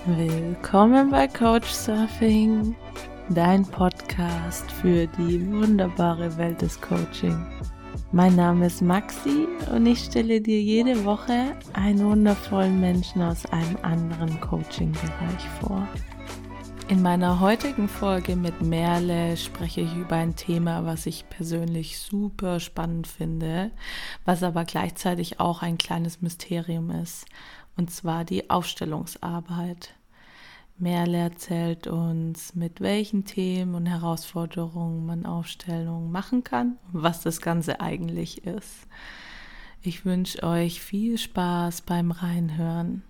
Willkommen bei Couch Surfing, dein Podcast für die wunderbare Welt des Coaching. Mein Name ist Maxi und ich stelle dir jede Woche einen wundervollen Menschen aus einem anderen Coaching-Bereich vor. In meiner heutigen Folge mit Merle spreche ich über ein Thema, was ich persönlich super spannend finde, was aber gleichzeitig auch ein kleines Mysterium ist, und zwar die Aufstellungsarbeit. Merle erzählt uns, mit welchen Themen und Herausforderungen man Aufstellungen machen kann und was das Ganze eigentlich ist. Ich wünsche euch viel Spaß beim Reinhören.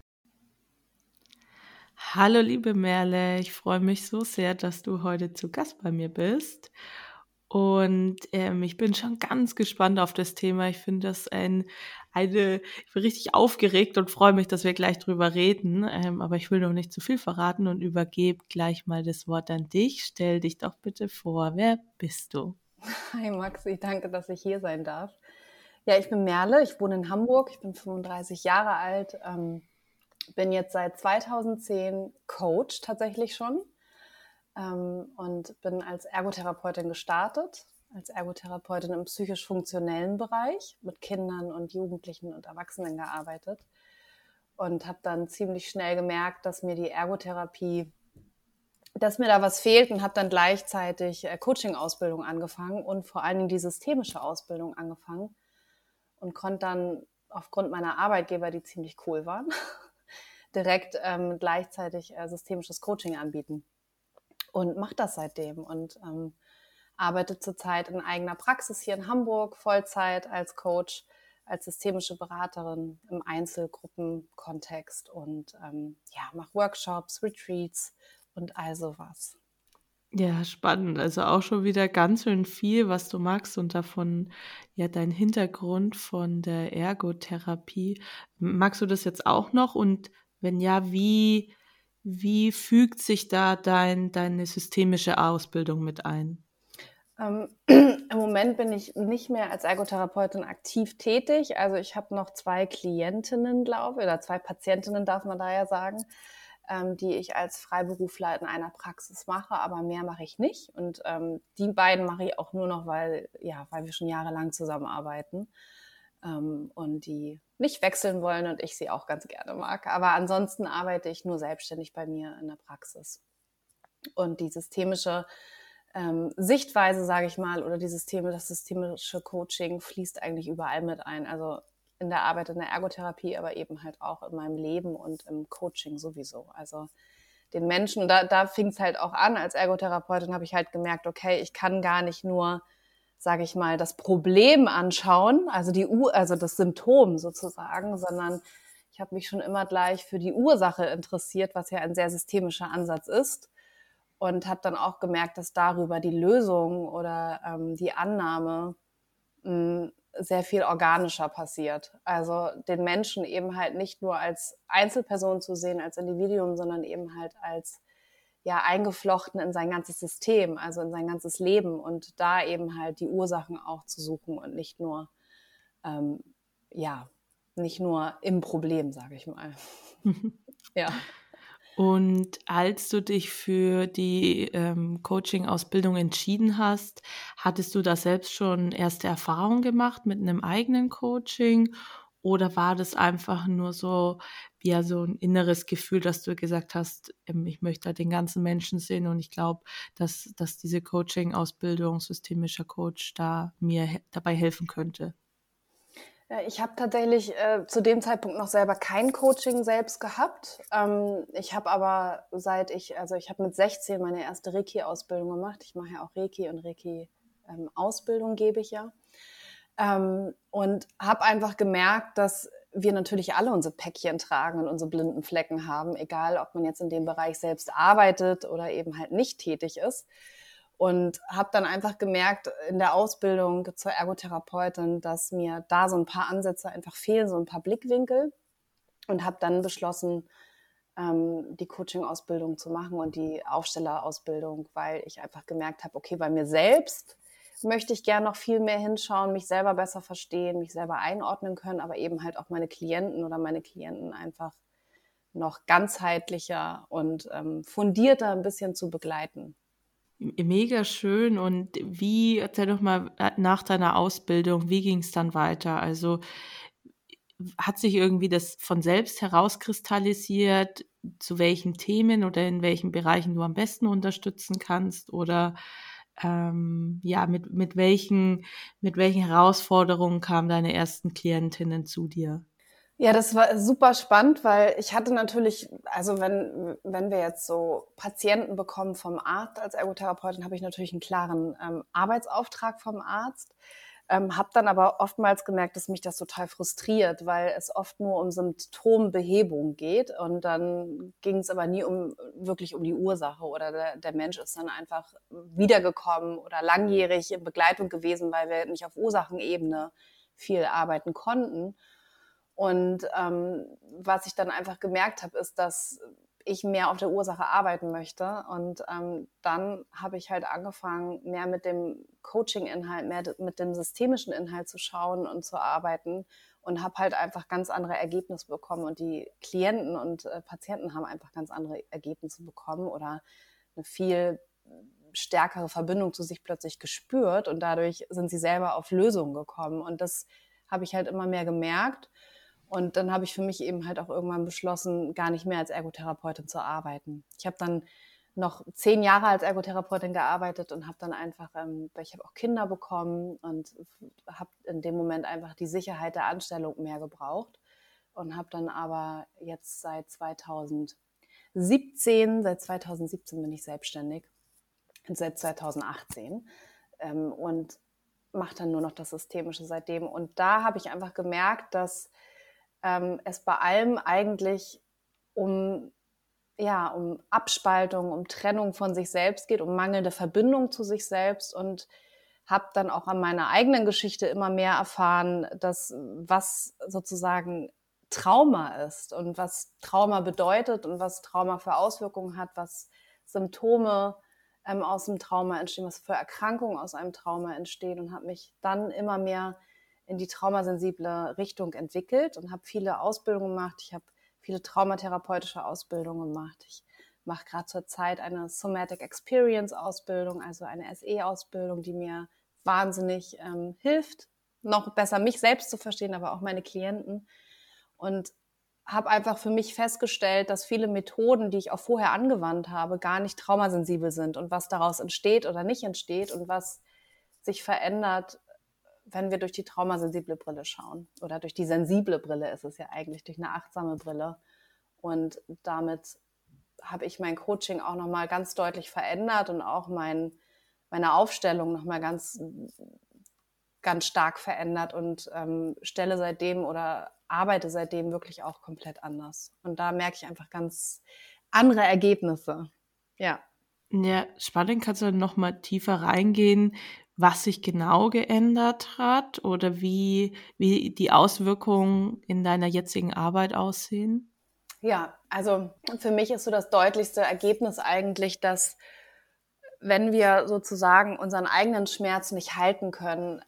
Hallo liebe Merle, ich freue mich so sehr, dass du heute zu Gast bei mir bist. Und ich bin schon ganz gespannt auf das Thema. Ich finde das ich bin richtig aufgeregt und freue mich, dass wir gleich drüber reden. Aber ich will noch nicht zu viel verraten und übergebe gleich mal das Wort an dich. Stell dich doch bitte vor, wer bist du? Hi Maxi, danke, dass ich hier sein darf. Ja, ich bin Merle, ich wohne in Hamburg, ich bin 35 Jahre alt, bin jetzt seit 2010 Coach tatsächlich schon und bin als Ergotherapeutin gestartet, als Ergotherapeutin im psychisch-funktionellen Bereich mit Kindern und Jugendlichen und Erwachsenen gearbeitet und habe dann ziemlich schnell gemerkt, dass mir die Ergotherapie, dass mir da was fehlt, und habe dann gleichzeitig Coaching-Ausbildung angefangen und vor allen Dingen die systemische Ausbildung angefangen und konnte dann aufgrund meiner Arbeitgeber, die ziemlich cool waren, direkt gleichzeitig systemisches Coaching anbieten und mache das seitdem und arbeite zurzeit in eigener Praxis hier in Hamburg, Vollzeit als Coach, als systemische Beraterin im Einzelgruppenkontext und mache Workshops, Retreats und all sowas. Ja, spannend. Also auch schon wieder ganz schön viel, was du magst, und davon ja dein Hintergrund von der Ergotherapie. Magst du das jetzt auch noch? Und wenn ja, wie fügt sich da deine systemische Ausbildung mit ein? Im Moment bin ich nicht mehr als Ergotherapeutin aktiv tätig. Also ich habe noch 2 Klientinnen, glaube ich, oder 2 Patientinnen, darf man da ja sagen, die ich als Freiberufler in einer Praxis mache, aber mehr mache ich nicht. Und die beiden mache ich auch nur noch, weil wir schon jahrelang zusammenarbeiten und die nicht wechseln wollen und ich sie auch ganz gerne mag. Aber ansonsten arbeite ich nur selbstständig bei mir in der Praxis. Und die systemische Sichtweise, sage ich mal, oder das systemische Coaching fließt eigentlich überall mit ein. Also in der Arbeit in der Ergotherapie, aber eben halt auch in meinem Leben und im Coaching sowieso. Also den Menschen, und da fing es halt auch an. Als Ergotherapeutin habe ich halt gemerkt, okay, ich kann gar nicht nur, sage ich mal, das Problem anschauen, also das Symptom sozusagen, sondern ich habe mich schon immer gleich für die Ursache interessiert, was ja ein sehr systemischer Ansatz ist. Und habe dann auch gemerkt, dass darüber die Lösung oder die Annahme sehr viel organischer passiert. Also den Menschen eben halt nicht nur als Einzelperson zu sehen, als Individuum, sondern eben halt als eingeflochten in sein ganzes System, also in sein ganzes Leben, und da eben halt die Ursachen auch zu suchen und nicht nur im Problem, sage ich mal. Ja. Und als du dich für die Coaching-Ausbildung entschieden hast, hattest du da selbst schon erste Erfahrungen gemacht mit einem eigenen Coaching, oder war das einfach nur so so ein inneres Gefühl, dass du gesagt hast, ich möchte da den ganzen Menschen sehen, und ich glaube, dass diese Coaching-Ausbildung, systemischer Coach, da mir dabei helfen könnte? Ich habe tatsächlich zu dem Zeitpunkt noch selber kein Coaching selbst gehabt. Ich habe aber ich habe mit 16 meine erste Reiki-Ausbildung gemacht. Ich mache ja auch Reiki, und Reiki-Ausbildung gebe ich ja. Und habe einfach gemerkt, dass wir natürlich alle unsere Päckchen tragen und unsere blinden Flecken haben, egal ob man jetzt in dem Bereich selbst arbeitet oder eben halt nicht tätig ist. Und habe dann einfach gemerkt in der Ausbildung zur Ergotherapeutin, dass mir da so ein paar Ansätze einfach fehlen, so ein paar Blickwinkel. Und habe dann beschlossen, die Coaching-Ausbildung zu machen und die Aufstellerausbildung, weil ich einfach gemerkt habe, okay, bei mir selbst möchte ich gerne noch viel mehr hinschauen, mich selber besser verstehen, mich selber einordnen können, aber eben halt auch meine Klienten oder meine Klienten einfach noch ganzheitlicher und fundierter ein bisschen zu begleiten. Mega schön. Und erzähl doch mal nach deiner Ausbildung, wie ging es dann weiter? Also hat sich irgendwie das von selbst herauskristallisiert, zu welchen Themen oder in welchen Bereichen du am besten unterstützen kannst? Oder mit welchen Herausforderungen kamen deine ersten Klientinnen zu dir? Ja, das war super spannend, weil ich hatte natürlich, also wenn wir jetzt so Patienten bekommen vom Arzt als Ergotherapeutin, habe ich natürlich einen klaren Arbeitsauftrag vom Arzt, habe dann aber oftmals gemerkt, dass mich das total frustriert, weil es oft nur um Symptombehebung geht und dann ging es aber nie wirklich um die Ursache oder der Mensch ist dann einfach wiedergekommen oder langjährig in Begleitung gewesen, weil wir nicht auf Ursachenebene viel arbeiten konnten. Und was ich dann einfach gemerkt habe, ist, dass ich mehr auf der Ursache arbeiten möchte. Und dann habe ich halt angefangen, mehr mit dem Coaching-Inhalt, mehr mit dem systemischen Inhalt zu schauen und zu arbeiten und habe halt einfach ganz andere Ergebnisse bekommen. Und die Klienten und Patienten haben einfach ganz andere Ergebnisse bekommen oder eine viel stärkere Verbindung zu sich plötzlich gespürt. Und dadurch sind sie selber auf Lösungen gekommen. Und das habe ich halt immer mehr gemerkt. Und dann habe ich für mich eben halt auch irgendwann beschlossen, gar nicht mehr als Ergotherapeutin zu arbeiten. Ich habe dann noch 10 Jahre als Ergotherapeutin gearbeitet und habe dann einfach, weil ich habe auch Kinder bekommen und habe in dem Moment einfach die Sicherheit der Anstellung mehr gebraucht und habe dann aber jetzt seit 2017 bin ich selbstständig und seit 2018 und mache dann nur noch das Systemische seitdem. Und da habe ich einfach gemerkt, dass es bei allem eigentlich um Abspaltung, um Trennung von sich selbst geht, um mangelnde Verbindung zu sich selbst und habe dann auch an meiner eigenen Geschichte immer mehr erfahren, dass was sozusagen Trauma ist und was Trauma bedeutet und was Trauma für Auswirkungen hat, was Symptome aus dem Trauma entstehen, was für Erkrankungen aus einem Trauma entstehen und habe mich dann immer mehr in die traumasensible Richtung entwickelt und habe viele Ausbildungen gemacht. Ich habe viele traumatherapeutische Ausbildungen gemacht. Ich mache gerade zur Zeit eine Somatic Experience Ausbildung, also eine SE-Ausbildung, die mir wahnsinnig hilft, noch besser mich selbst zu verstehen, aber auch meine Klienten. Und habe einfach für mich festgestellt, dass viele Methoden, die ich auch vorher angewandt habe, gar nicht traumasensibel sind und was daraus entsteht oder nicht entsteht und was sich verändert, wenn wir durch die traumasensible Brille schauen. Oder durch die sensible Brille ist es ja eigentlich, durch eine achtsame Brille. Und damit habe ich mein Coaching auch nochmal ganz deutlich verändert und auch meine Aufstellung nochmal ganz, ganz stark verändert und stelle seitdem oder arbeite seitdem wirklich auch komplett anders. Und da merke ich einfach ganz andere Ergebnisse. Ja. Ja, spannend. Kannst du noch mal tiefer reingehen, was sich genau geändert hat oder wie die Auswirkungen in deiner jetzigen Arbeit aussehen? Ja, also für mich ist so das deutlichste Ergebnis eigentlich, dass wenn wir sozusagen unseren eigenen Schmerz nicht halten können,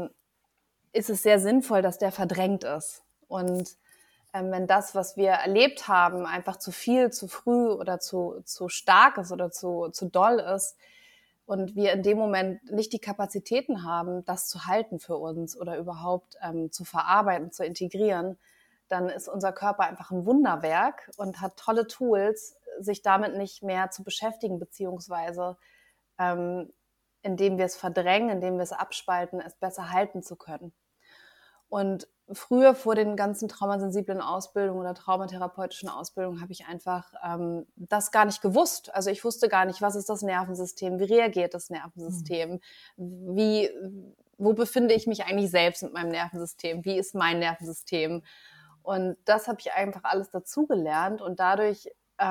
ist es sehr sinnvoll, dass der verdrängt ist. Und wenn das, was wir erlebt haben, einfach zu viel, zu früh oder zu stark ist oder zu doll ist und wir in dem Moment nicht die Kapazitäten haben, das zu halten für uns oder überhaupt zu verarbeiten, zu integrieren, dann ist unser Körper einfach ein Wunderwerk und hat tolle Tools, sich damit nicht mehr zu beschäftigen, beziehungsweise indem wir es verdrängen, indem wir es abspalten, es besser halten zu können. Und früher vor den ganzen traumasensiblen Ausbildungen oder traumatherapeutischen Ausbildungen habe ich einfach das gar nicht gewusst. Also ich wusste gar nicht, was ist das Nervensystem, wie reagiert das Nervensystem, wo befinde ich mich eigentlich selbst mit meinem Nervensystem, wie ist mein Nervensystem. Und das habe ich einfach alles dazugelernt und dadurch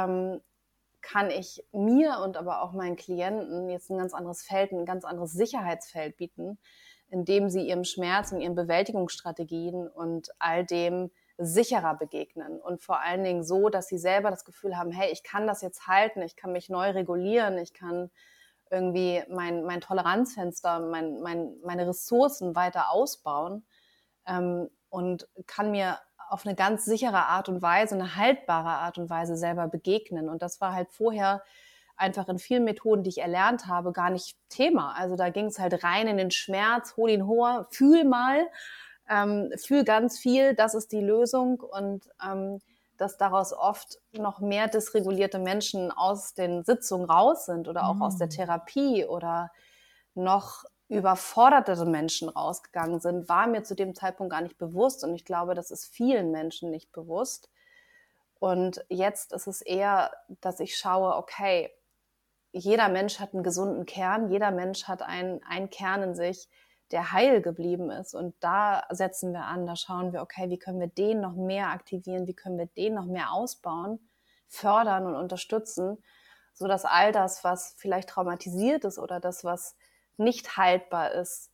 kann ich mir und aber auch meinen Klienten jetzt ein ganz anderes Feld, ein ganz anderes Sicherheitsfeld bieten, indem sie ihrem Schmerz und ihren Bewältigungsstrategien und all dem sicherer begegnen und vor allen Dingen so, dass sie selber das Gefühl haben, hey, ich kann das jetzt halten, ich kann mich neu regulieren, ich kann irgendwie mein Toleranzfenster, meine Ressourcen weiter ausbauen und kann mir auf eine ganz sichere Art und Weise, eine haltbare Art und Weise selber begegnen. Und das war halt vorher einfach in vielen Methoden, die ich erlernt habe, gar nicht Thema. Also da ging es halt rein in den Schmerz, hol ihn hoch, fühl mal, fühl ganz viel, das ist die Lösung. Und dass daraus oft noch mehr dysregulierte Menschen aus den Sitzungen raus sind oder auch aus der Therapie oder noch überforderte Menschen rausgegangen sind, war mir zu dem Zeitpunkt gar nicht bewusst. Und ich glaube, das ist vielen Menschen nicht bewusst. Und jetzt ist es eher, dass ich schaue, okay, jeder Mensch hat einen gesunden Kern, jeder Mensch hat einen Kern in sich, der heil geblieben ist. Und da setzen wir an, da schauen wir, okay, wie können wir den noch mehr aktivieren, wie können wir den noch mehr ausbauen, fördern und unterstützen, sodass all das, was vielleicht traumatisiert ist oder das, was nicht haltbar ist,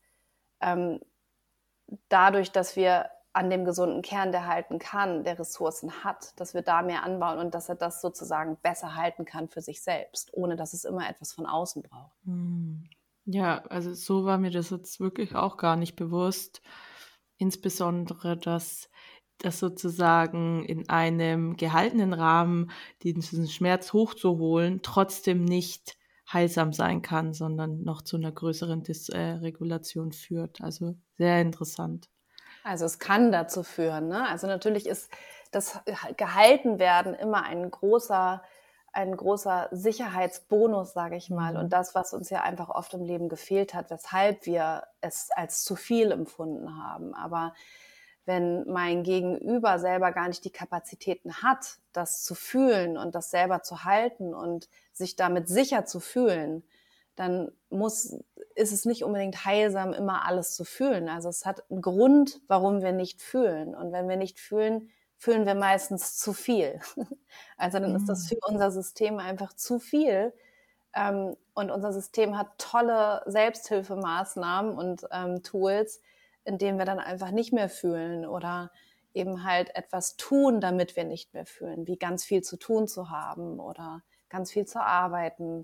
dadurch, dass wir an dem gesunden Kern, der halten kann, der Ressourcen hat, dass wir da mehr anbauen und dass er das sozusagen besser halten kann für sich selbst, ohne dass es immer etwas von außen braucht. Ja, also so war mir das jetzt wirklich auch gar nicht bewusst. Insbesondere, dass das sozusagen in einem gehaltenen Rahmen diesen Schmerz hochzuholen, trotzdem nicht heilsam sein kann, sondern noch zu einer größeren Dysregulation führt. Also sehr interessant. Also es kann dazu führen, ne? Also natürlich ist das Gehaltenwerden immer ein großer Sicherheitsbonus, sage ich mal. Und das, was uns ja einfach oft im Leben gefehlt hat, weshalb wir es als zu viel empfunden haben. Aber wenn mein Gegenüber selber gar nicht die Kapazitäten hat, das zu fühlen und das selber zu halten und sich damit sicher zu fühlen, dann ist es nicht unbedingt heilsam, immer alles zu fühlen. Also es hat einen Grund, warum wir nicht fühlen. Und wenn wir nicht fühlen, fühlen wir meistens zu viel. Also dann ist das für unser System einfach zu viel. Und unser System hat tolle Selbsthilfemaßnahmen und Tools, in denen wir dann einfach nicht mehr fühlen oder eben halt etwas tun, damit wir nicht mehr fühlen, wie ganz viel zu tun zu haben oder ganz viel zu arbeiten,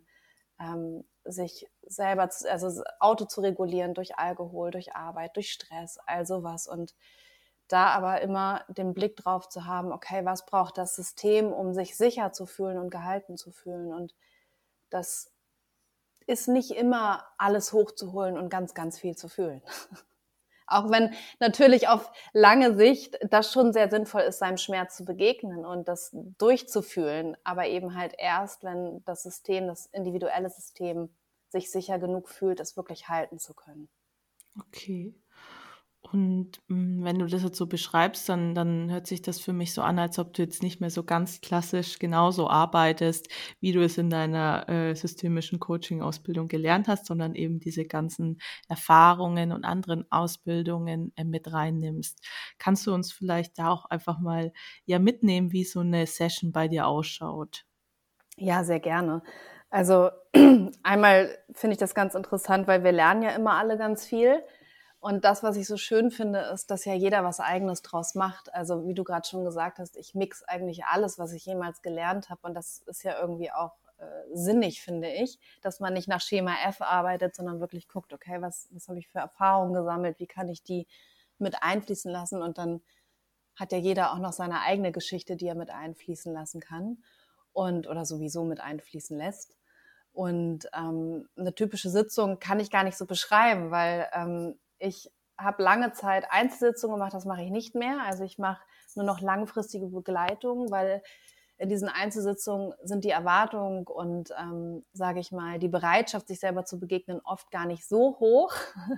sich selber, also Auto zu regulieren durch Alkohol, durch Arbeit, durch Stress, all sowas. Und da aber immer den Blick drauf zu haben, okay, was braucht das System, um sich sicher zu fühlen und gehalten zu fühlen? Und das ist nicht immer alles hochzuholen und ganz, ganz viel zu fühlen. Auch wenn natürlich auf lange Sicht das schon sehr sinnvoll ist, seinem Schmerz zu begegnen und das durchzufühlen, aber eben halt erst, wenn das System, das individuelle System sich sicher genug fühlt, es wirklich halten zu können. Okay. Und wenn du das jetzt so beschreibst, dann hört sich das für mich so an, als ob du jetzt nicht mehr so ganz klassisch genauso arbeitest, wie du es in deiner systemischen Coaching-Ausbildung gelernt hast, sondern eben diese ganzen Erfahrungen und anderen Ausbildungen mit reinnimmst. Kannst du uns vielleicht da auch einfach mal mitnehmen, wie so eine Session bei dir ausschaut? Ja, sehr gerne. Also einmal finde ich das ganz interessant, weil wir lernen ja immer alle ganz viel. Und das, was ich so schön finde, ist, dass ja jeder was Eigenes draus macht. Also wie du gerade schon gesagt hast, ich mix eigentlich alles, was ich jemals gelernt habe. Und das ist ja irgendwie auch sinnig, finde ich, dass man nicht nach Schema F arbeitet, sondern wirklich guckt, okay, was habe ich für Erfahrungen gesammelt, wie kann ich die mit einfließen lassen? Und dann hat ja jeder auch noch seine eigene Geschichte, die er mit einfließen lassen kann oder sowieso mit einfließen lässt. Und eine typische Sitzung kann ich gar nicht so beschreiben, weil ich habe lange Zeit Einzelsitzungen gemacht, das mache ich nicht mehr. Also ich mache nur noch langfristige Begleitung, weil in diesen Einzelsitzungen sind die Erwartungen und, sage ich mal, die Bereitschaft, sich selber zu begegnen, oft gar nicht so hoch,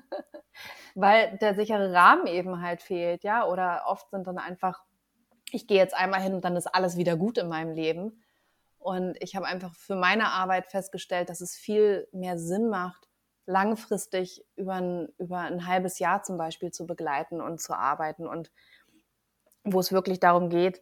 weil der sichere Rahmen eben halt fehlt, ja. Oder oft sind dann einfach, ich gehe jetzt einmal hin und dann ist alles wieder gut in meinem Leben. Und ich habe einfach für meine Arbeit festgestellt, dass es viel mehr Sinn macht, langfristig über ein halbes Jahr zum Beispiel zu begleiten und zu arbeiten und wo es wirklich darum geht,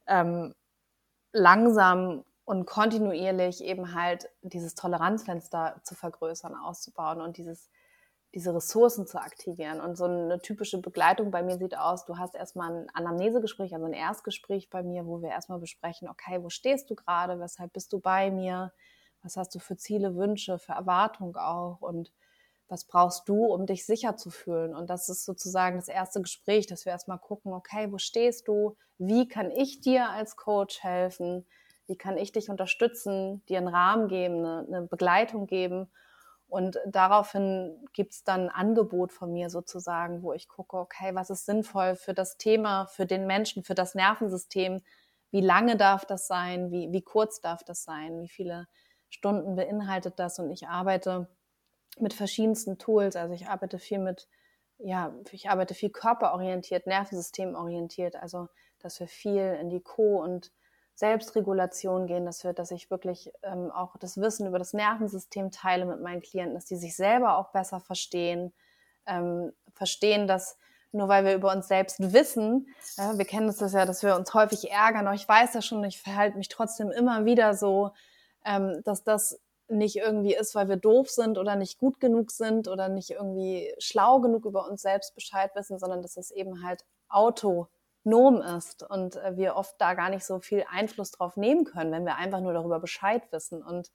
langsam und kontinuierlich eben halt dieses Toleranzfenster zu vergrößern, auszubauen und diese Ressourcen zu aktivieren. Und so eine typische Begleitung bei mir sieht aus, du hast erstmal ein Anamnesegespräch, also ein Erstgespräch bei mir, wo wir erstmal besprechen, okay, wo stehst du gerade, weshalb bist du bei mir, was hast du für Ziele, Wünsche, für Erwartungen auch und was brauchst du, um dich sicher zu fühlen? Und das ist sozusagen das erste Gespräch, dass wir erstmal gucken, okay, wo stehst du? Wie kann ich dir als Coach helfen? Wie kann ich dich unterstützen, dir einen Rahmen geben, eine Begleitung geben? Und daraufhin gibt es dann ein Angebot von mir sozusagen, wo ich gucke, okay, was ist sinnvoll für das Thema, für den Menschen, für das Nervensystem? Wie lange darf das sein? Wie kurz darf das sein? Wie viele Stunden beinhaltet das? Und ich arbeite mit verschiedensten Tools. Also ich arbeite viel körperorientiert, nervensystemorientiert. Also, dass wir viel in die Co- und Selbstregulation gehen, dass ich wirklich auch das Wissen über das Nervensystem teile mit meinen Klienten, dass die sich selber auch besser verstehen, verstehen, dass nur weil wir über uns selbst wissen, ja, wir kennen das ja, dass wir uns häufig ärgern, aber ich weiß ja schon, ich verhalte mich trotzdem immer wieder so, dass das nicht irgendwie ist, weil wir doof sind oder nicht gut genug sind oder nicht irgendwie schlau genug über uns selbst Bescheid wissen, sondern dass es eben halt autonom ist und wir oft da gar nicht so viel Einfluss drauf nehmen können, wenn wir einfach nur darüber Bescheid wissen. Und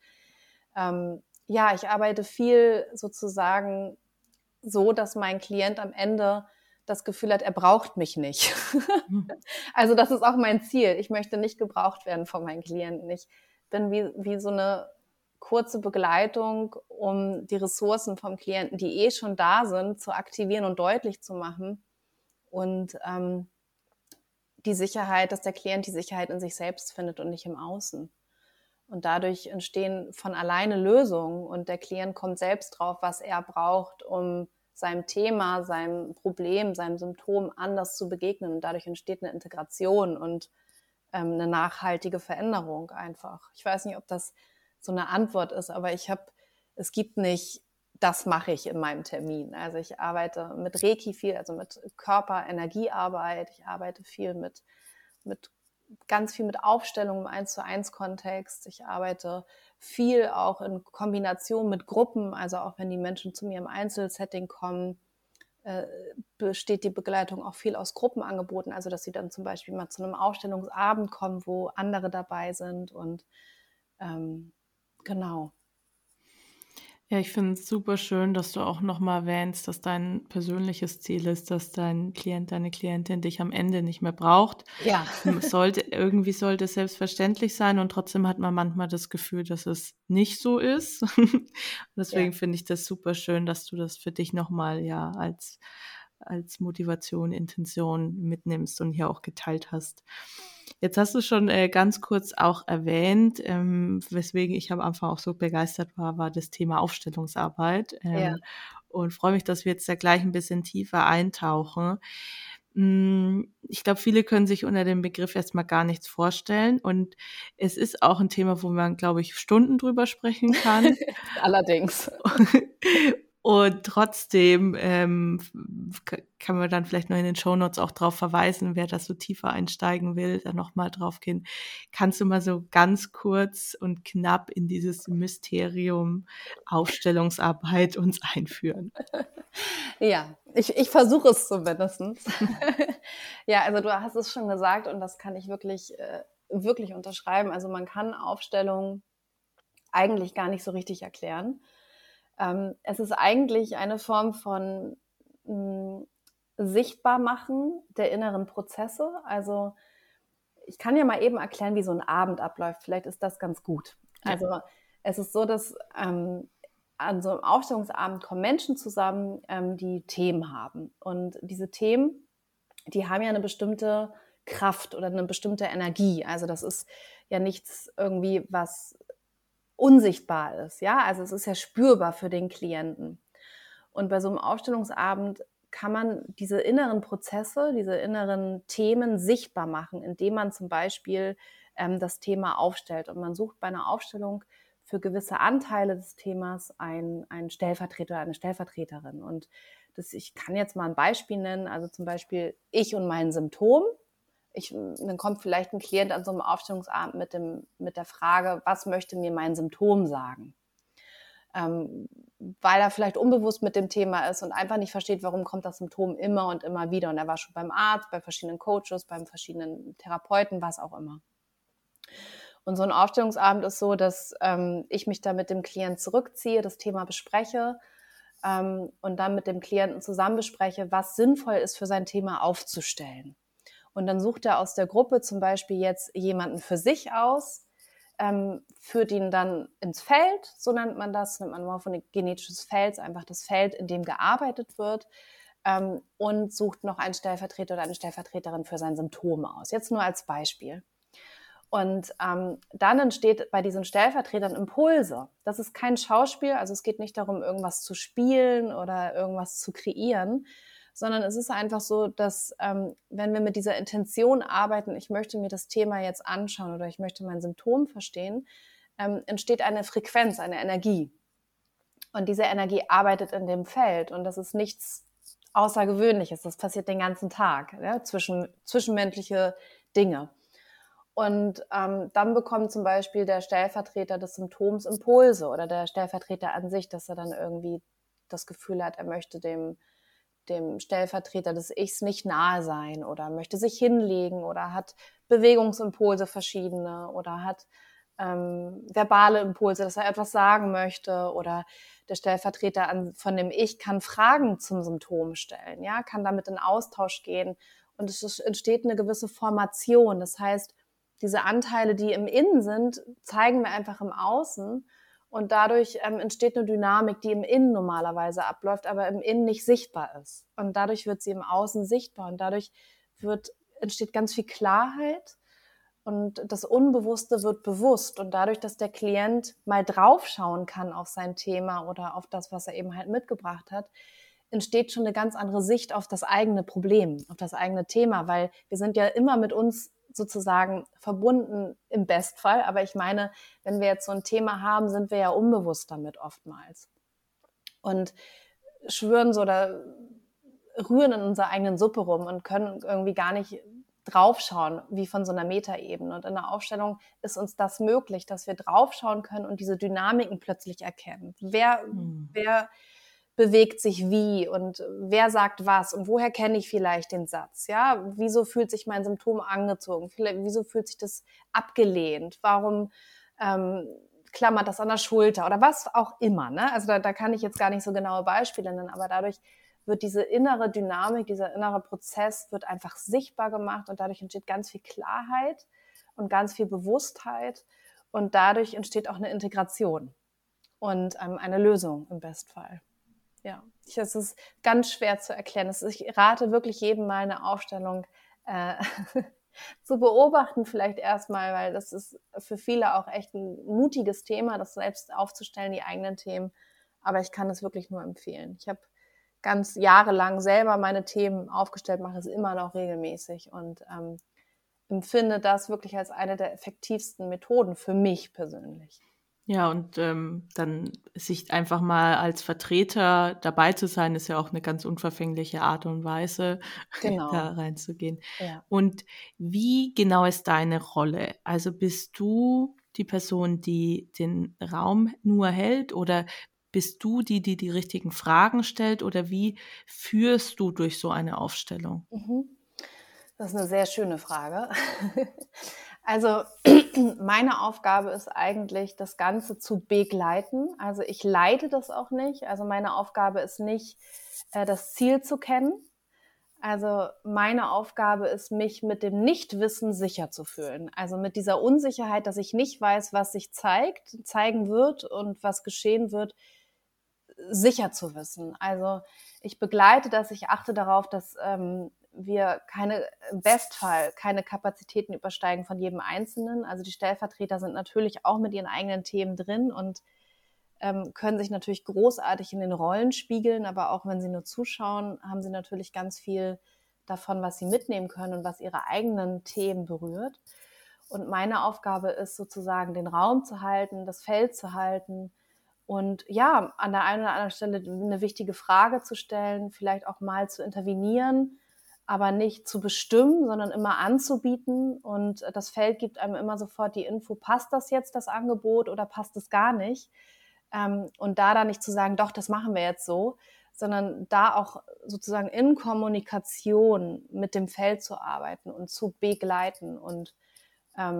ich arbeite viel sozusagen so, dass mein Klient am Ende das Gefühl hat, er braucht mich nicht. Also das ist auch mein Ziel. Ich möchte nicht gebraucht werden von meinen Klienten. Ich bin wie so eine kurze Begleitung, um die Ressourcen vom Klienten, die schon da sind, zu aktivieren und deutlich zu machen. Und die Sicherheit, dass der Klient die Sicherheit in sich selbst findet und nicht im Außen. Und dadurch entstehen von alleine Lösungen und der Klient kommt selbst drauf, was er braucht, um seinem Thema, seinem Problem, seinem Symptom anders zu begegnen. Und dadurch entsteht eine Integration und eine nachhaltige Veränderung einfach. Ich weiß nicht, ob das so eine Antwort ist, aber es gibt nicht, das mache ich in meinem Termin. Also ich arbeite mit Reiki viel, also mit Körper-Energiearbeit. Ich arbeite viel mit ganz viel mit Aufstellung im 1:1 Kontext. Ich arbeite viel auch in Kombination mit Gruppen, also auch wenn die Menschen zu mir im Einzelsetting kommen, besteht die Begleitung auch viel aus Gruppenangeboten, also dass sie dann zum Beispiel mal zu einem Aufstellungsabend kommen, wo andere dabei sind und genau. Ja, ich finde es super schön, dass du auch nochmal erwähnst, dass dein persönliches Ziel ist, dass dein Klient, deine Klientin dich am Ende nicht mehr braucht. Ja. Irgendwie sollte es selbstverständlich sein und trotzdem hat man manchmal das Gefühl, dass es nicht so ist. Deswegen finde ich das super schön, dass du das für dich nochmal als Motivation, Intention mitnimmst und hier auch geteilt hast. Jetzt hast du schon ganz kurz auch erwähnt, weswegen ich am Anfang auch so begeistert war das Thema Aufstellungsarbeit. Und freue mich, dass wir jetzt da gleich ein bisschen tiefer eintauchen. Ich glaube, viele können sich unter dem Begriff erstmal gar nichts vorstellen. Und es ist auch ein Thema, wo man, glaube ich, Stunden drüber sprechen kann. Allerdings. Und trotzdem kann man dann vielleicht noch in den Shownotes auch drauf verweisen, wer da so tiefer einsteigen will, da nochmal drauf gehen. Kannst du mal so ganz kurz und knapp in dieses Mysterium Aufstellungsarbeit uns einführen? Ja, ich versuche es zumindest. Ja, also du hast es schon gesagt und das kann ich wirklich, wirklich unterschreiben. Also man kann Aufstellung eigentlich gar nicht so richtig erklären. Es ist eigentlich eine Form von Sichtbarmachen der inneren Prozesse. Also ich kann ja mal eben erklären, wie so ein Abend abläuft. Vielleicht ist das ganz gut. Ja. Also es ist so, dass an so einem Aufstellungsabend kommen Menschen zusammen, die Themen haben. Und diese Themen, die haben ja eine bestimmte Kraft oder eine bestimmte Energie. Also das ist ja nichts irgendwie, was unsichtbar ist. Ja, also es ist ja spürbar für den Klienten. Und bei so einem Aufstellungsabend kann man diese inneren Prozesse, diese inneren Themen sichtbar machen, indem man zum Beispiel das Thema aufstellt. Und man sucht bei einer Aufstellung für gewisse Anteile des Themas einen Stellvertreter oder eine Stellvertreterin. Und ich kann jetzt mal ein Beispiel nennen, also zum Beispiel ich und mein Symptom. Dann kommt vielleicht ein Klient an so einem Aufstellungsabend mit der Frage, was möchte mir mein Symptom sagen? Weil er vielleicht unbewusst mit dem Thema ist und einfach nicht versteht, warum kommt das Symptom immer und immer wieder. Und er war schon beim Arzt, bei verschiedenen Coaches, beim verschiedenen Therapeuten, was auch immer. Und so ein Aufstellungsabend ist so, dass ich mich da mit dem Klient zurückziehe, das Thema bespreche, und dann mit dem Klienten zusammen bespreche, was sinnvoll ist für sein Thema aufzustellen. Und dann sucht er aus der Gruppe zum Beispiel jetzt jemanden für sich aus, führt ihn dann ins Feld, so nennt man morphogenetisches Feld, einfach das Feld, in dem gearbeitet wird, und sucht noch einen Stellvertreter oder eine Stellvertreterin für sein Symptom aus. Jetzt nur als Beispiel. Und dann entsteht bei diesen Stellvertretern Impulse. Das ist kein Schauspiel, also es geht nicht darum, irgendwas zu spielen oder irgendwas zu kreieren, sondern es ist einfach so, dass wenn wir mit dieser Intention arbeiten, ich möchte mir das Thema jetzt anschauen oder ich möchte mein Symptom verstehen, entsteht eine Frequenz, eine Energie. Und diese Energie arbeitet in dem Feld und das ist nichts Außergewöhnliches, das passiert den ganzen Tag, ja, zwischenmenschliche Dinge. Und dann bekommt zum Beispiel der Stellvertreter des Symptoms Impulse oder der Stellvertreter an sich, dass er dann irgendwie das Gefühl hat, er möchte dem Stellvertreter des Ichs nicht nahe sein oder möchte sich hinlegen oder hat Bewegungsimpulse verschiedene oder hat verbale Impulse, dass er etwas sagen möchte, oder der Stellvertreter von dem Ich kann Fragen zum Symptom stellen, ja, kann damit in Austausch gehen und es entsteht eine gewisse Formation. Das heißt, diese Anteile, die im Innen sind, zeigen wir einfach im Außen und dadurch entsteht eine Dynamik, die im Innen normalerweise abläuft, aber im Innen nicht sichtbar ist. Und dadurch wird sie im Außen sichtbar und dadurch entsteht ganz viel Klarheit und das Unbewusste wird bewusst. Und dadurch, dass der Klient mal draufschauen kann auf sein Thema oder auf das, was er eben halt mitgebracht hat, entsteht schon eine ganz andere Sicht auf das eigene Problem, auf das eigene Thema, weil wir sind ja immer mit uns sozusagen verbunden im Bestfall. Aber ich meine, wenn wir jetzt so ein Thema haben, sind wir ja unbewusst damit oftmals. Und schwören so oder rühren in unserer eigenen Suppe rum und können irgendwie gar nicht draufschauen, wie von so einer Metaebene. Und in der Aufstellung ist uns das möglich, dass wir draufschauen können und diese Dynamiken plötzlich erkennen. Wer bewegt sich wie und wer sagt was und woher kenne ich vielleicht den Satz, ja? Wieso fühlt sich mein Symptom angezogen? Wieso fühlt sich das abgelehnt? Warum klammert das an der Schulter oder was auch immer, ne? Also da kann ich jetzt gar nicht so genaue Beispiele nennen, aber dadurch wird diese innere Dynamik, dieser innere Prozess wird einfach sichtbar gemacht und dadurch entsteht ganz viel Klarheit und ganz viel Bewusstheit und dadurch entsteht auch eine Integration und eine Lösung im Bestfall. Ja, das ist ganz schwer zu erklären. Ich rate wirklich jedem mal eine Aufstellung zu beobachten vielleicht erstmal, weil das ist für viele auch echt ein mutiges Thema, das selbst aufzustellen, die eigenen Themen. Aber ich kann es wirklich nur empfehlen. Ich habe ganz jahrelang selber meine Themen aufgestellt, mache es immer noch regelmäßig und empfinde das wirklich als eine der effektivsten Methoden für mich persönlich. Ja, und dann sich einfach mal als Vertreter dabei zu sein, ist ja auch eine ganz unverfängliche Art und Weise, Genau. da reinzugehen. Ja. Und wie genau ist deine Rolle? Also bist du die Person, die den Raum nur hält, oder bist du die richtigen Fragen stellt, oder wie führst du durch so eine Aufstellung? Das ist eine sehr schöne Frage. Also meine Aufgabe ist eigentlich, das Ganze zu begleiten. Also ich leite das auch nicht. Also meine Aufgabe ist nicht, das Ziel zu kennen. Also meine Aufgabe ist, mich mit dem Nichtwissen sicher zu fühlen. Also mit dieser Unsicherheit, dass ich nicht weiß, was sich zeigen wird und was geschehen wird, sicher zu wissen. Also ich begleite das, ich achte darauf, dass wir im Bestfall keine Kapazitäten übersteigen von jedem Einzelnen. Also die Stellvertreter sind natürlich auch mit ihren eigenen Themen drin und können sich natürlich großartig in den Rollen spiegeln, aber auch wenn sie nur zuschauen, haben sie natürlich ganz viel davon, was sie mitnehmen können und was ihre eigenen Themen berührt. Und meine Aufgabe ist sozusagen, den Raum zu halten, das Feld zu halten und ja, an der einen oder anderen Stelle eine wichtige Frage zu stellen, vielleicht auch mal zu intervenieren, aber nicht zu bestimmen, sondern immer anzubieten. Und das Feld gibt einem immer sofort die Info, passt das jetzt, das Angebot, oder passt es gar nicht? Und da dann nicht zu sagen, doch, das machen wir jetzt so, sondern da auch sozusagen in Kommunikation mit dem Feld zu arbeiten und zu begleiten. Und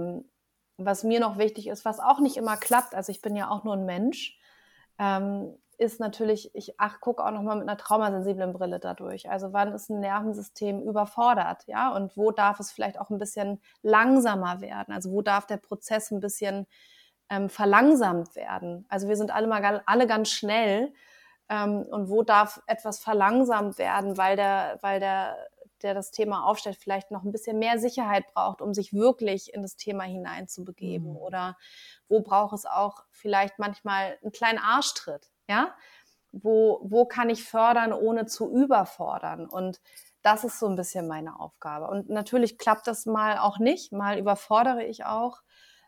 was mir noch wichtig ist, was auch nicht immer klappt, also ich bin ja auch nur ein Mensch, ist natürlich, ich gucke auch nochmal mit einer traumasensiblen Brille dadurch. Also wann ist ein Nervensystem überfordert, ja? Und wo darf es vielleicht auch ein bisschen langsamer werden? Also wo darf der Prozess ein bisschen verlangsamt werden? Also wir sind alle ganz schnell, und wo darf etwas verlangsamt werden, weil der das Thema aufstellt, vielleicht noch ein bisschen mehr Sicherheit braucht, um sich wirklich in das Thema hineinzubegeben? Oder wo braucht es auch vielleicht manchmal einen kleinen Arschtritt, ja? Wo kann ich fördern, ohne zu überfordern? Und das ist so ein bisschen meine Aufgabe. Und natürlich klappt das mal auch nicht, mal überfordere ich auch.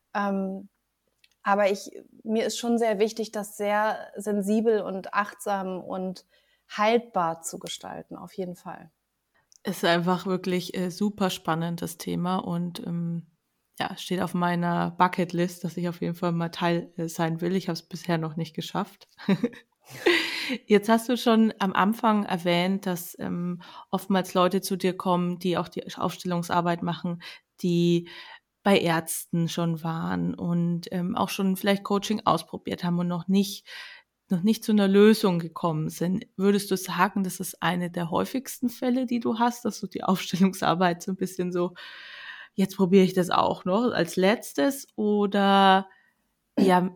Aber mir ist schon sehr wichtig, das sehr sensibel und achtsam und haltbar zu gestalten, auf jeden Fall. Es ist einfach wirklich super spannend, das Thema. Und ja, steht auf meiner Bucketlist, dass ich auf jeden Fall mal Teil sein will. Ich habe es bisher noch nicht geschafft. Jetzt hast du schon am Anfang erwähnt, dass oftmals Leute zu dir kommen, die auch die Aufstellungsarbeit machen, die bei Ärzten schon waren und auch schon vielleicht Coaching ausprobiert haben und noch nicht zu einer Lösung gekommen sind. Würdest du sagen, das ist eine der häufigsten Fälle, die du hast, dass du die Aufstellungsarbeit so ein bisschen so, jetzt probiere ich das auch noch als letztes, oder ja,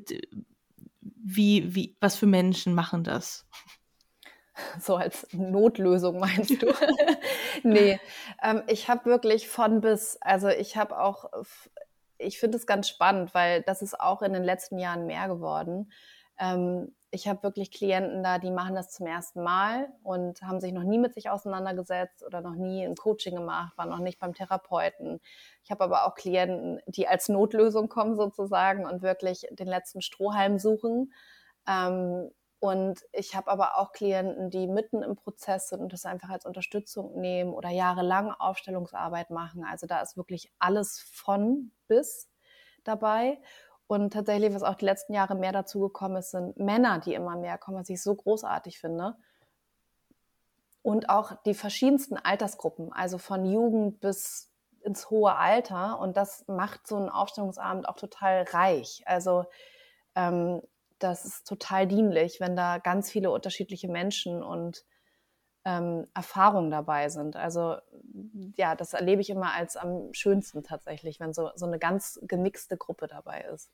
was für Menschen machen das? So als Notlösung meinst du? Nee, ich habe wirklich von bis. Also ich finde es ganz spannend, weil das ist auch in den letzten Jahren mehr geworden. Ich habe wirklich Klienten da, die machen das zum ersten Mal und haben sich noch nie mit sich auseinandergesetzt oder noch nie ein Coaching gemacht, waren noch nicht beim Therapeuten. Ich habe aber auch Klienten, die als Notlösung kommen sozusagen und wirklich den letzten Strohhalm suchen. Und ich habe aber auch Klienten, die mitten im Prozess sind und das einfach als Unterstützung nehmen oder jahrelang Aufstellungsarbeit machen. Also da ist wirklich alles von bis dabei. Und tatsächlich, was auch die letzten Jahre mehr dazu gekommen ist, sind Männer, die immer mehr kommen, was ich so großartig finde. Und auch die verschiedensten Altersgruppen, also von Jugend bis ins hohe Alter. Und das macht so einen Aufstellungsabend auch total reich. Also das ist total dienlich, wenn da ganz viele unterschiedliche Menschen und Erfahrungen dabei sind. Also ja, das erlebe ich immer als am schönsten tatsächlich, wenn so eine ganz gemixte Gruppe dabei ist.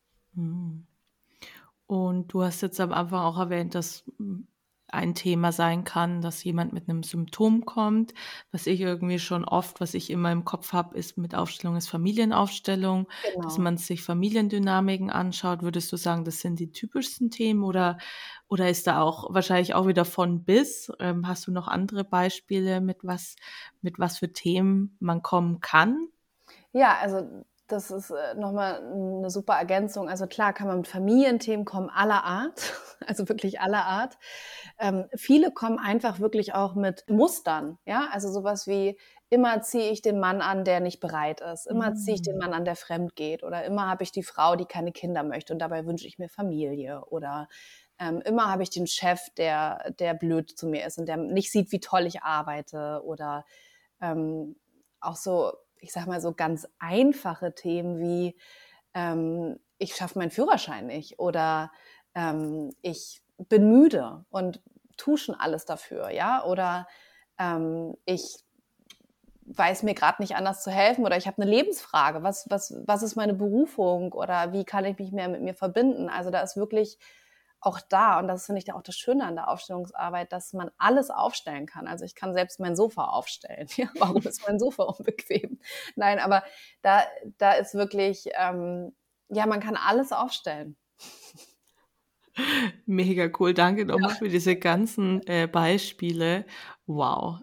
Und du hast jetzt am Anfang auch erwähnt, dass ein Thema sein kann, dass jemand mit einem Symptom kommt. Was ich immer im Kopf habe, ist mit Aufstellung ist Familienaufstellung, dass Genau. man sich Familiendynamiken anschaut. Würdest du sagen, das sind die typischsten Themen oder ist da auch wahrscheinlich auch wieder von bis? Hast du noch andere Beispiele, mit was für Themen man kommen kann? Ja, also das ist nochmal eine super Ergänzung. Also klar kann man mit Familienthemen kommen aller Art, also wirklich aller Art. Viele kommen einfach wirklich auch mit Mustern, ja, also sowas wie immer ziehe ich den Mann an, der nicht bereit ist, immer ziehe ich den Mann an, der fremd geht, oder immer habe ich die Frau, die keine Kinder möchte und dabei wünsche ich mir Familie, oder immer habe ich den Chef, der blöd zu mir ist und der nicht sieht, wie toll ich arbeite, oder auch so, ich sag mal, so ganz einfache Themen wie ich schaffe meinen Führerschein nicht, oder ich bin müde und tue schon alles dafür, ja, oder ich weiß mir gerade nicht anders zu helfen, oder ich habe eine Lebensfrage, was ist meine Berufung, oder wie kann ich mich mehr mit mir verbinden? Also da ist wirklich auch da, und das finde ich ja auch das Schöne an der Aufstellungsarbeit, dass man alles aufstellen kann. Also ich kann selbst mein Sofa aufstellen. Ja, warum ist mein Sofa unbequem? Nein, aber da ist wirklich, ja, man kann alles aufstellen. Mega cool. Danke nochmal für diese ganzen Beispiele. Wow.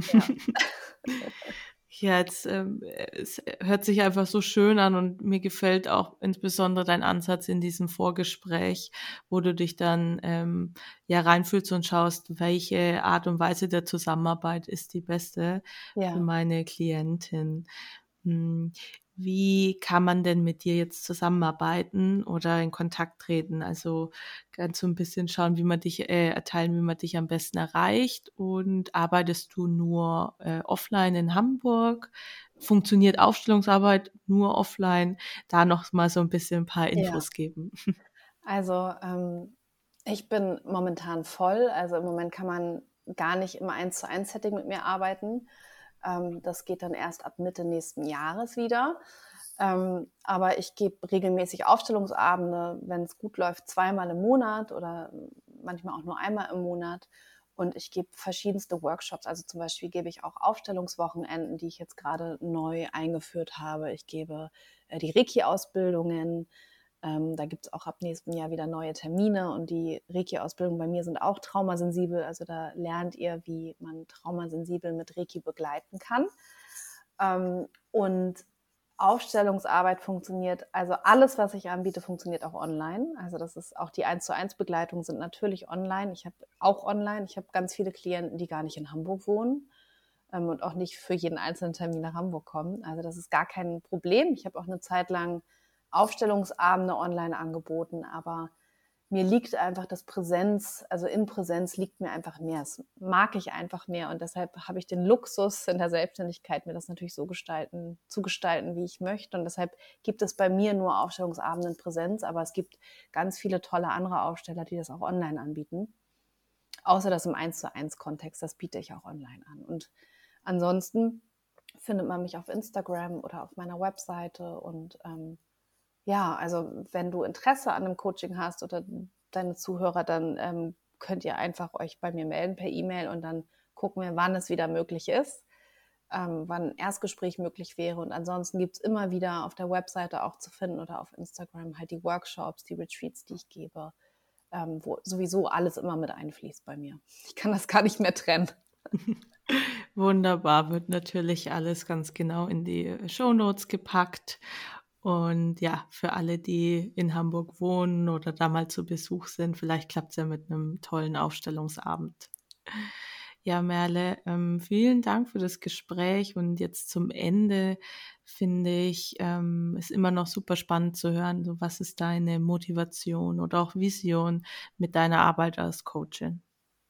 Ja, es hört sich einfach so schön an und mir gefällt auch insbesondere dein Ansatz in diesem Vorgespräch, wo du dich dann ja reinfühlst und schaust, welche Art und Weise der Zusammenarbeit ist die beste für meine Klientin. Wie kann man denn mit dir jetzt zusammenarbeiten oder in Kontakt treten? Also ganz so ein bisschen schauen, wie man dich am besten erreicht. Und arbeitest du nur offline in Hamburg? Funktioniert Aufstellungsarbeit nur offline? Da noch mal so ein bisschen ein paar Ja. Infos geben. Also Ich bin momentan voll. Also im Moment kann man gar nicht im 1:1-Setting mit mir arbeiten. Das geht dann erst ab Mitte nächsten Jahres wieder. Aber ich gebe regelmäßig Aufstellungsabende, wenn es gut läuft, 2-mal im Monat oder manchmal auch nur einmal im Monat. Und ich gebe verschiedenste Workshops. Also zum Beispiel gebe ich auch Aufstellungswochenenden, die ich jetzt gerade neu eingeführt habe. Ich gebe die Reiki-Ausbildungen. Da gibt es auch ab nächstem Jahr wieder neue Termine. Und die Reiki-Ausbildungen bei mir sind auch traumasensibel. Also da lernt ihr, wie man traumasensibel mit Reiki begleiten kann. Und Aufstellungsarbeit funktioniert, also alles, was ich anbiete, funktioniert auch online. Also das ist auch die 1:1-Begleitungen sind natürlich online. Ich habe ganz viele Klienten, die gar nicht in Hamburg wohnen und auch nicht für jeden einzelnen Termin nach Hamburg kommen. Also das ist gar kein Problem. Ich habe auch eine Zeit lang Aufstellungsabende online angeboten, aber mir liegt einfach das Präsenz, also in Präsenz liegt mir einfach mehr. Das mag ich einfach mehr und deshalb habe ich den Luxus in der Selbstständigkeit, mir das natürlich so zu gestalten, wie ich möchte. Und deshalb gibt es bei mir nur Aufstellungsabende in Präsenz, aber es gibt ganz viele tolle andere Aufsteller, die das auch online anbieten. Außer das im 1:1-Kontext, das biete ich auch online an. Und ansonsten findet man mich auf Instagram oder auf meiner Webseite und also wenn du Interesse an einem Coaching hast oder deine Zuhörer, dann könnt ihr einfach euch bei mir melden per E-Mail und dann gucken wir, wann es wieder möglich ist, wann ein Erstgespräch möglich wäre. Und ansonsten gibt es immer wieder auf der Webseite auch zu finden oder auf Instagram halt die Workshops, die Retreats, die ich gebe, wo sowieso alles immer mit einfließt bei mir. Ich kann das gar nicht mehr trennen. Wunderbar, wird natürlich alles ganz genau in die Shownotes gepackt. Und ja, für alle, die in Hamburg wohnen oder da mal zu Besuch sind, vielleicht klappt es ja mit einem tollen Aufstellungsabend. Ja, Merle, vielen Dank für das Gespräch und jetzt zum Ende finde ich, ist immer noch super spannend zu hören, so was ist deine Motivation oder auch Vision mit deiner Arbeit als Coachin?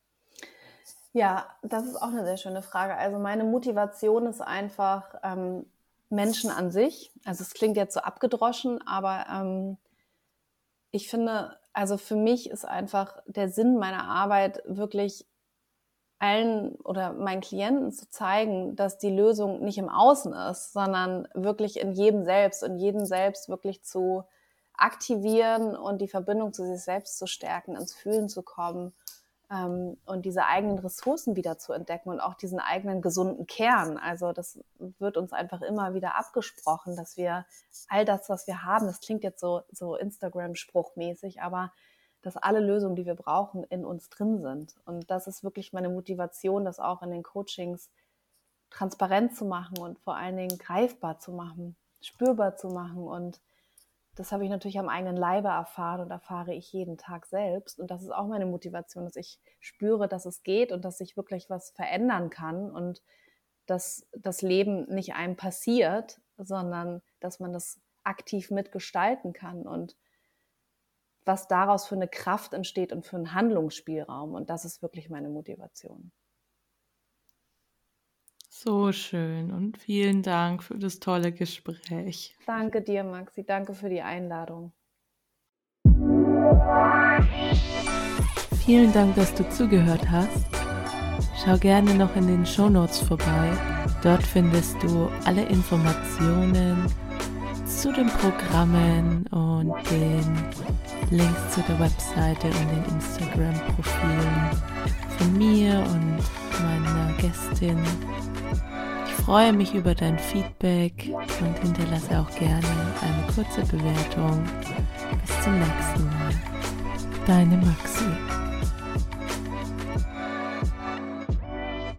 Ja, das ist auch eine sehr schöne Frage. Also meine Motivation ist einfach Menschen an sich. Also es klingt jetzt so abgedroschen, aber ich finde, also für mich ist einfach der Sinn meiner Arbeit wirklich allen oder meinen Klienten zu zeigen, dass die Lösung nicht im Außen ist, sondern wirklich in jedem selbst und jeden selbst wirklich zu aktivieren und die Verbindung zu sich selbst zu stärken, ins Fühlen zu kommen und diese eigenen Ressourcen wieder zu entdecken und auch diesen eigenen gesunden Kern. Also das wird uns einfach immer wieder abgesprochen, dass wir all das, was wir haben, das klingt jetzt so Instagram-spruchmäßig, aber dass alle Lösungen, die wir brauchen, in uns drin sind. Und das ist wirklich meine Motivation, das auch in den Coachings transparent zu machen und vor allen Dingen greifbar zu machen, spürbar zu machen. Und das habe ich natürlich am eigenen Leibe erfahren und erfahre ich jeden Tag selbst. Und das ist auch meine Motivation, dass ich spüre, dass es geht und dass ich wirklich was verändern kann und dass das Leben nicht einem passiert, sondern dass man das aktiv mitgestalten kann und was daraus für eine Kraft entsteht und für einen Handlungsspielraum. Und das ist wirklich meine Motivation. So schön und vielen Dank für das tolle Gespräch. Danke dir, Maxi. Danke für die Einladung. Vielen Dank, dass du zugehört hast. Schau gerne noch in den Shownotes vorbei. Dort findest du alle Informationen zu den Programmen und den Links zu der Webseite und den Instagram-Profilen von mir und meiner Gästin. Ich freue mich über dein Feedback und hinterlasse auch gerne eine kurze Bewertung. Bis zum nächsten Mal. Deine Maxi.